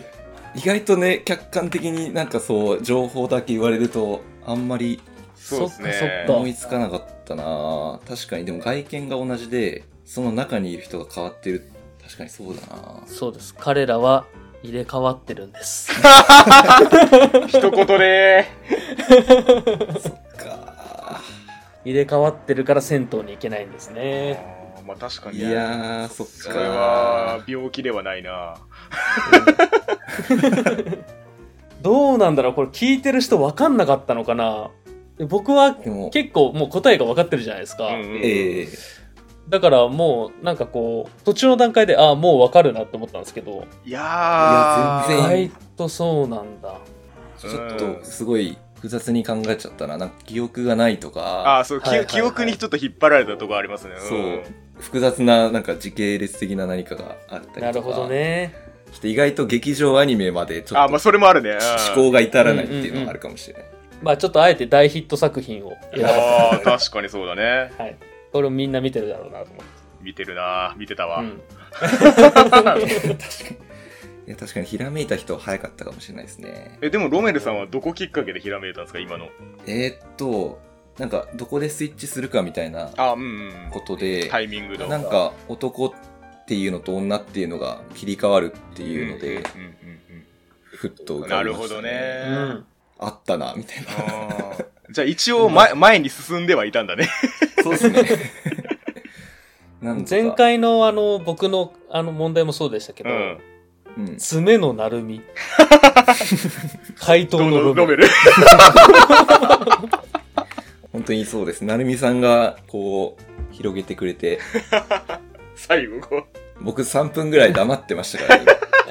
う。意外とね、客観的になんかそう、情報だけ言われると、あんまりそうですね。 そっかそっか思いつかなかったな。確かに、でも外見が同じで、その中にいる人が変わってる。確かにそうだな。 そうです。彼らは入れ替わってるんです。 一言でそっか。 入れ替わってるから銭湯に行けないんですね。 あーまあ確かに。 いやー、そっか。 それは病気ではないな。 どうなんだろうこれ聞いてる人わかんなかったのかな。僕はでも、 結構もう答えが分かってるじゃないですか。 うんうんええだからもうなんかこう途中の段階でああもう分かるなって思ったんですけど、 いやー。 いや全然意外とそうなんだ。 ちょっとすごい複雑に考えちゃったな。なんか記憶がないとあか、 あ、そう、 はいはいはい記記憶にちょっと引っ張られたとこありますね。 そう、複雑ななんか時系列的な何かがあったりとか。 なるほど。ね。 ちょっと意外と劇場アニメまでちょああ、 っとまあそれもあるね。 思考が至らないっていうのがあるかもしれない。 まあちょっとあえて大ヒット作品を選ばせていただああ、 きま確かにそうだね。 す。はい。 これをみんな見てるだろうなと思って。 見てるな見てたわ。うん、 確かに。いや、確かにひらめいた人は早かったかもしれないですね。 え、でもロメルさんはどこきっかけでひらめいたんですか、今の。 えー、っと、なんか、どこでスイッチするかみたいなことで、 うんうん、タイミングの。 なんか、男っていうのと女っていうのが切り替わるっていうので、ふっと浮かびましたね。なるほどね。うん、あったな、みたいな。 じゃあ一応前、前に進んではいたんだね。 そうですね。 前回のあの、僕のあの問題もそうでしたけど、うんうん、爪のなるみ。怪盗のロメル。 本当にそうです。なるみさんがこう広げてくれて最後こう僕さんぷんぐらい黙ってましたからね。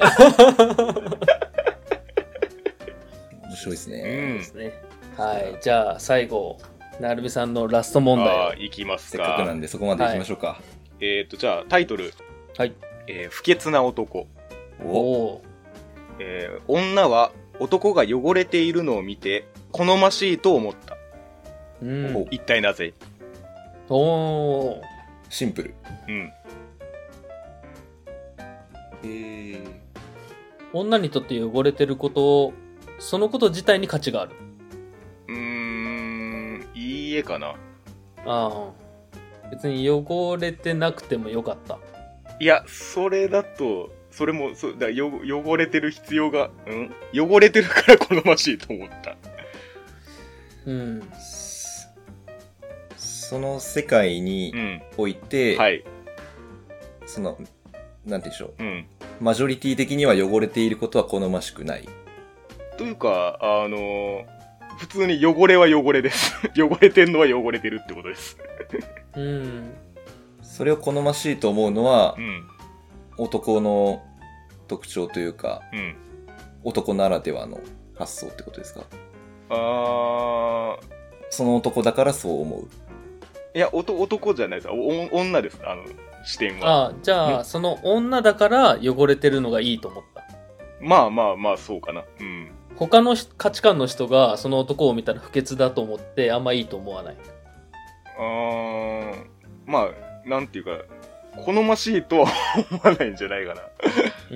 面白いですね。うん、ですね。 はい。じゃあ最後なるみさんのラスト問題をいきますか。 せっかくなんでそこまでいきましょうか。はい、 えっとじゃあタイトル、 はい、 えー、不潔な男。 お、 えー、女は男が汚れているのを見て好ましいと思った。うん、一体なぜ？ おー、 シンプル。 うん。 えー、 女にとって汚れてることを、そのこと自体に価値がある。 うーん、いいえかな。 ああ、別に汚れてなくてもよかった。 いや、それだと、それも、そだよ汚れてる必要が、ん汚れてるから好ましいと思った。 うん。 その世界において、 うん、はい、 その、なんて言うんでしょう、 うん、 マジョリティ的には汚れていることは好ましくない。 というか、あの、普通に汚れは汚れです。汚れてんのは汚れてるってことです。 うん。 それを好ましいと思うのは、 うん、 男の特徴というか、 うん、 男ならではの発想ってことですか？ あー、 その男だからそう思う。 いや、おと男じゃないです。お女です。あの視点は。 ああ、じゃあその女だから汚れてるのがいいと思った。 まあまあまあそうかな。うん。 他の価値観の人がその男を見たら不潔だと思ってあんまいいと思わない。 あー、まあなんていうか好ましいとは思わないんじゃないかな。 うん。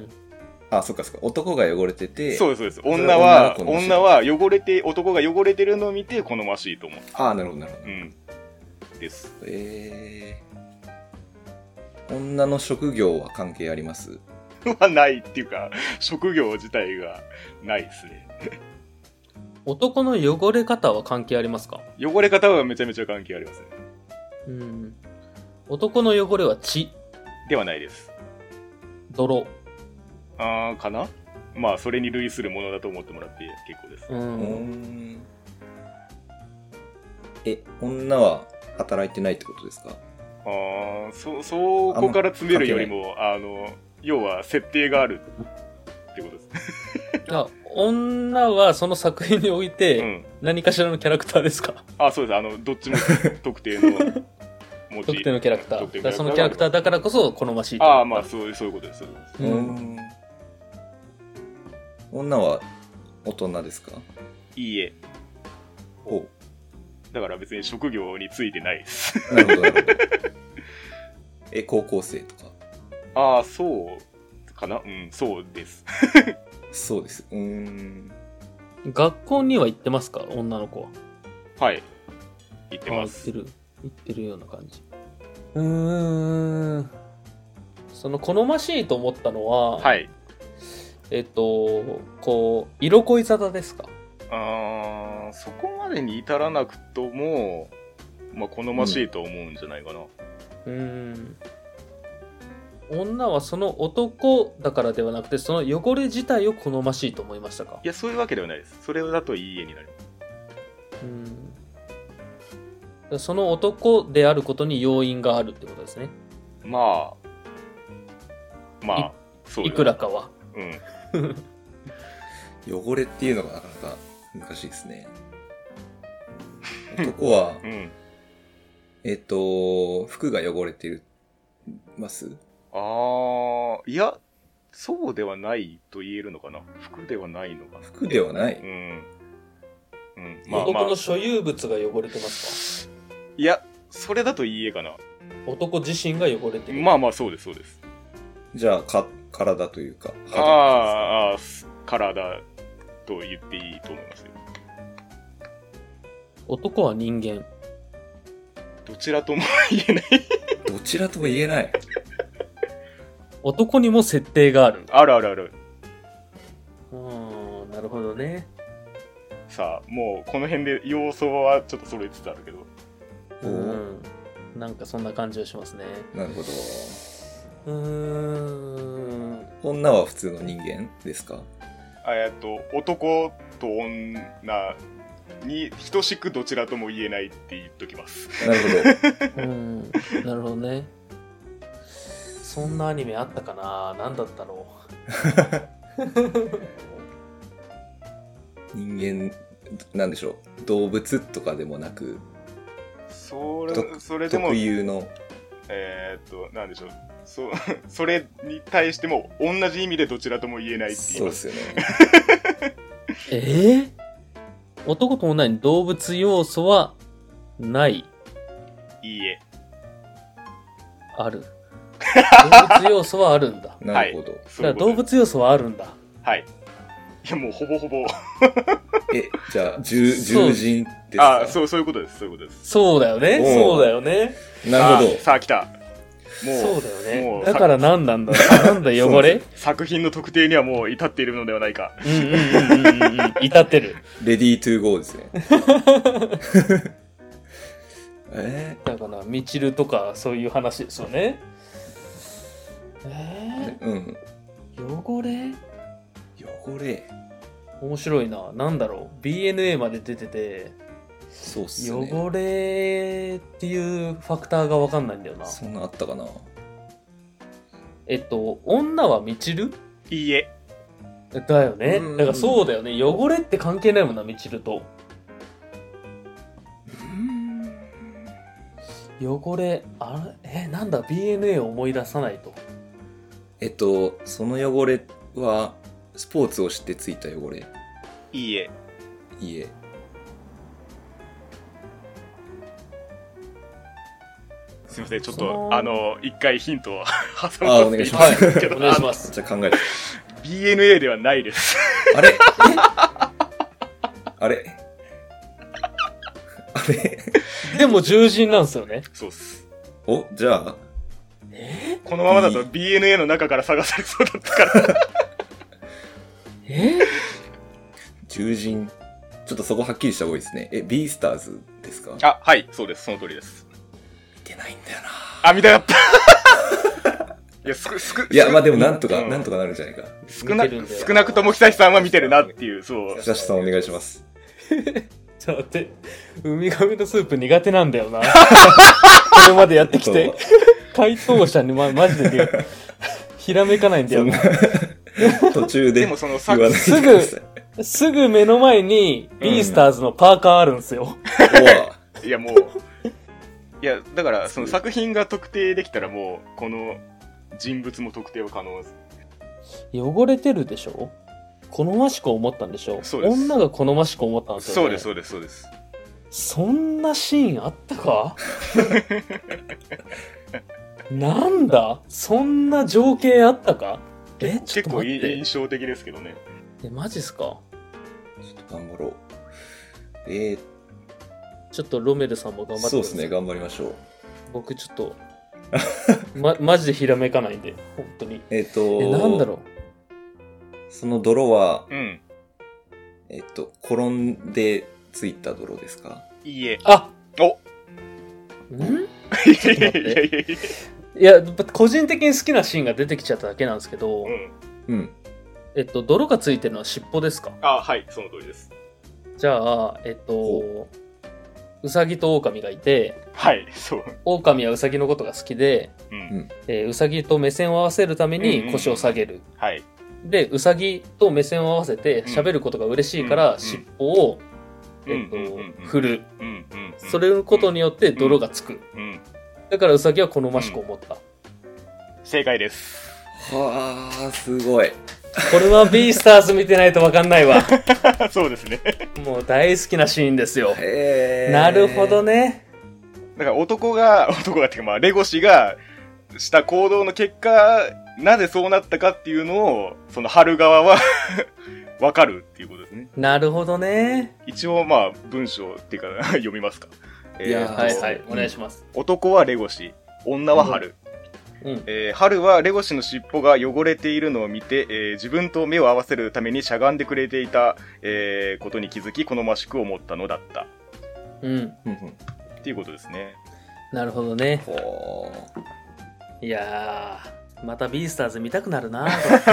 あ、そっかそっか。男が汚れてて。 そうですそうです。女は女は汚れて男が汚れてるのを見て好ましいと思う。 ああ、なるほどなるほど。 うん。です。 えー、女の職業は関係あります？ はないっていうか職業自体がないですね。 男の汚れ方は関係ありますか？ 汚れ方はめちゃめちゃ関係ありますね。 うん。男の汚れは血ではないです。 泥。 あーかな。まあそれに類するものだと思ってもらって結構です。 うん。 え、女は働いてないってことですか？ ああ、そ、そこから詰めるよりも、あの、要は設定があるってことです。 あ、女はその作品において、何かしらのキャラクターですか？ うん、あ、そうです。あの、どっちも特定の持ち。特定のキャラクター。だそのキャラクターだからこそ好ましいと。 ああ、まあ、そう、そういうことです。 うん。 女は大人ですか？ いいえ。 おう。 だから別に職業についてないです。 なるほど、なるほど。え、高校生とか？ ああ、そうかな。うん、そうです。 そうです。うーん。 学校には行ってますか？女の子は。 はい。行ってます。 行ってる。行ってるような感じ。うーん。その好ましいと思ったのは、 はい。 えっと、こう、色恋沙汰ですか？ あー、そこまでに至らなくとも、まあ、好ましいと思うんじゃないかな。 うん。うーん。女はその男だからではなくて、その汚れ自体を好ましいと思いましたか？ いや、そういうわけではないです。それだといい絵になる。 うん。その男であることに要因があるってことですね。 まあ、まあ、 そういくらかは。 うん。 汚れっていうのがなかなか難しいですね。男は、 うん、 えっと、服が汚れてるます？ あー、いや、そうではないと言えるのかな。服ではないのかな。 服ではない。 うん。うん。 まあ、男の所有物が汚れてますか？ いや、 それだといいえかな。 男自身が汚れてる。 まあまあそうですそうです。 じゃあか体というかあああ体と言っていいと思いますよ。 男は人間。 どちらとも言えないどちらとも言えない。 男にも設定がある。 あるあるある。 うーん、なるほどね。 さあもうこの辺で要素はちょっと揃えつつあるけど。 うん。なんかそんな感じがしますね。 なるほど。 うーん。 女は普通の人間ですか？ えっと男と女に等しくどちらとも言えないって言っときます。 なるほど。 うん。なるほどね。そんなアニメあったかな。なんだったろう。 人間なんでしょう。動物とかでもなく、 それそれでも特有のえー、っとなんでしょう。そそれに対しても同じ意味でどちらとも言えないって言います。 そうですよね。 えー、男と女に動物要素はない？ いいえ。 ある。動物要素はあるんだ。 なるほど。 はい、 だから動物要素はあるんだ。 はい。いやもうほぼほぼえ、じゃあ獣獣人ですか？ あ、そうそういうことです。そういうことです。 そうだよね。そうだよね。 なるほど。 さあ来た。もうそうだよね。 もうだから何なんだろう。なんだ汚れ？ 作品の特定にはもう至っているのではないか。 うんうんうんうんうん。至ってる。 レディートゥーゴーですね。えだからミチルとかそういう話ですよね。えー、うん。 ー、汚れ？ 汚れ。 面白いな。なんだろう。ビーエヌエー まで出てて、 そうっすね。 汚れっていうファクターが分かんないんだよな。 そんなあったかな。 えっと、女はミチル？ いいえ。 だよね。 うんだからそうだよね。汚れって関係ないもんな、ミチルと。汚れ、あれ、え、なんだ、ビーエヌエー を思い出さないと。 えっと、その汚れは、スポーツをしてついた汚れ。 いいえ。 いいえ。 すいません、ちょっそのと、あの、一回ヒントを挟あ、おませてい願いしたます。 はい、 だけど、 お願いします。 じゃあ考えて。 ビーエヌエー ではないです。 あれあれあれでも獣人なんですよね。 そうっす。 お、じゃあ、 えこのままだと ビーエヌエー の中から探されそうだったから。 え獣人。ちょっとそこはっきりした方がいいですね。え、ビースターズですか？ あ、はい、そうです。その通りです。 見てないんだよあ、見たかった。いや、すく、すく、 な。いや、まあでもなんとか、 うんなんとかなるんじゃないか。 少な、 見てるんだよ少なくとも久志さんは見てるなっていう、そう。 久志さんお願いします。 ちょっと待って。ウミガメのスープ苦手なんだよな。これまでやってきて。回答者にま、マジでね、ひらめかないんだよな。 途中ででもその言わないですください。 ぐ、すぐ目の前にビースターズのパーカーあるんですよ。 うわいや、もう、いや、だから、その作品が特定できたらもう、この人物も特定は可能です。 汚れてるでしょ？好ましく思ったんでしょ？ そうです女が好ましく思ったんですよね。 そうです、そうです、そうです。 そんなシーンあったか？なんだ？そんな情景あったか？え、ちょっ結構と待って。 印象的ですけどね。 え、マジっすか？ ちょっと頑張ろう。えー、 ちょっとロメルさんも頑張ってください。 そうですね、頑張りましょう。 僕ちょっと、ま、マジでひらめかないんで、本当に。 えっ、ー、とえ、なんだろその泥は、 うん。 えっ、ー、と、転んでついた泥ですか？ いいえ。 う。あおんいやいやいやいやいや。 いや、個人的に好きなシーンが出てきちゃっただけなんですけど、 うん。 うん。 えっと、泥がついてるのは尻尾ですか？ あ、はい、その通りです。 じゃあ、えっと、ウサギとオオカミがいて、 はい、そう。 オオカミはウサギのことが好きで、 うん。 えーウサギと目線を合わせるために腰を下げる。 はい。 で、ウサギと目線を合わせて喋ることが嬉しいから、 うん尻尾を、 うんえっとうんうんうん振る。 うんうん。 それのことによって泥がつく。 うん。 だからウサギは好ましく思った。 正解です。 はあ、すごい。 これはビースターズ見てないとわかんないわ。 そうですね。 もう大好きなシーンですよ。 へーなるほど。ね。 だから男が、男がっていうかまあ、レゴシがした行動の結果、なぜそうなったかっていうのを、その春側はわかるっていうことですね。 なるほどね。 一応まあ、文章っていうか読みますか。 いやえーとはいはい、お願いします。 男はレゴシ、女は春。 うん。 えー春はレゴシの尻尾が汚れているのを見て、えー自分と目を合わせるためにしゃがんでくれていた、えーことに気づき好ましく思ったのだったうん。 うんうん。 っていうことですね。 なるほどね。 ほいやー、またビースターズ見たくなるな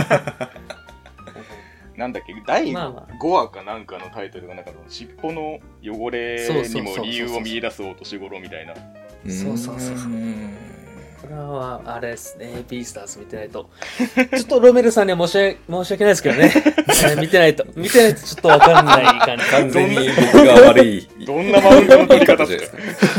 なんだっけ、だいまあまあごわかなんかのタイトルがなんか尻尾の汚れにも理由を見出すお年頃みたいな。 う。 そうそうそうそううんこれは、あれですね、ビースターズ見てないと。ちょっとロメルさんには申し訳申し訳ないですけどね。えー見てないと。見てないとちょっとわかんない感じ。 完全に僕が悪い。 どんなマウントの取り方ですか。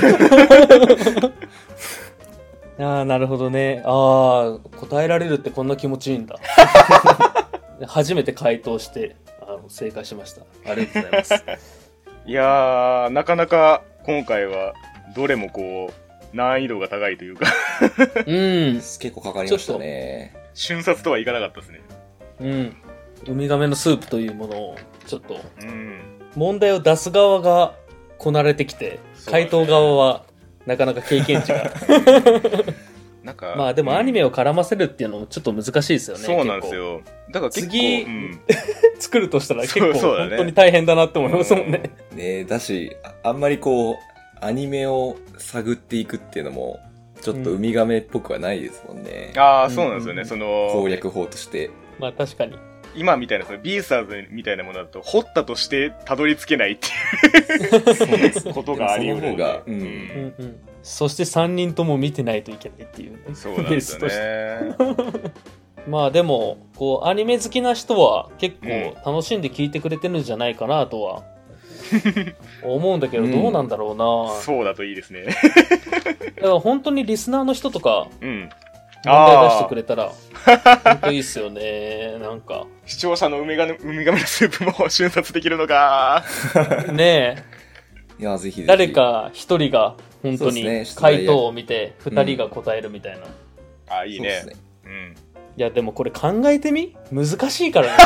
ああ、なるほどね。ああ、答えられるってこんな気持ちいいんだ。初めて回答して、あの、正解しました。ありがとうございます。 いやー、なかなか今回はどれもこう難易度が高いというかうん。 結構かかりましたね。 瞬殺とはいかなかったですね。 うん。ウミガメのスープというものを、ちょっと、 うん。 問題を出す側がこなれてきて、 そうだね回答側は、なかなか経験値が。 なんかまあでもアニメ、 メを絡ませるっていうのもちょっと難しいですよね。 そうなんですよ。だから結構、 次うん、 結構。作るとしたら結構そうそうだね本当に大変だなって思いますもんね。 ねだし、ああんまりこう、アニメを探っていくっていうのも、ちょっとウミガメっぽくはないですもんね。 ああ、そうなんですよね。 うんその攻略法として。 まあ確かに。 今みたいなそのビースターズみたいなものだと掘ったとしてたどり着けないっていうことがあり得るんで。 その方がうんうんうん。そしてさんにんとも見てないといけないっていうね。 そうなんですよベースとしてね。 まあでも、こう、アニメ好きな人は結構楽しんで聞いてくれてるんじゃないかなとは思うんだけど、 うんどうなんだろうな、 そうだといいですね。 だから本当にリスナーの人とかうん。 問題出してくれたら、本当いいっすよね。なんか。 視聴者のウミガメウミガメのスープも瞬殺できるのか。 ねえ、 いや、ぜひぜひ。 誰か一人が本当そうにですね回答を見て、二人が答えるみたいな。いあ、いいねそうです。ね。 うん。 や、でもこれ考えてみ難しいからね。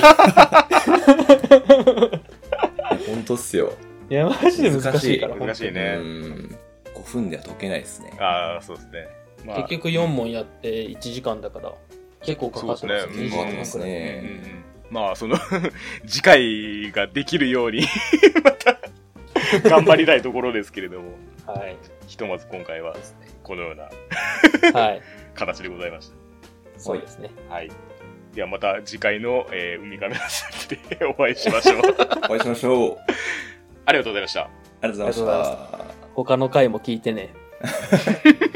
本当っすよ。 いや、マジで難しいから。 う難しいね。 ん。ごふんでは解けないですね。 ああ、そうですね。まあ結局よん問やっていちじかんだから、結構かかってますそうですねにじかんくらい。 うんそうですねうんうんまあ、その、次回ができるように、また、頑張りたいところですけれども、 はい。 ひとまず今回は、このようなはい。 形でございましそうですね。 た。はい。ではまた次回の、えー、ウミガメのスープでお会いしましょう。 お会いしましょう。 ありがとうございました。 ありがとうございました。 他の回も聞いてね。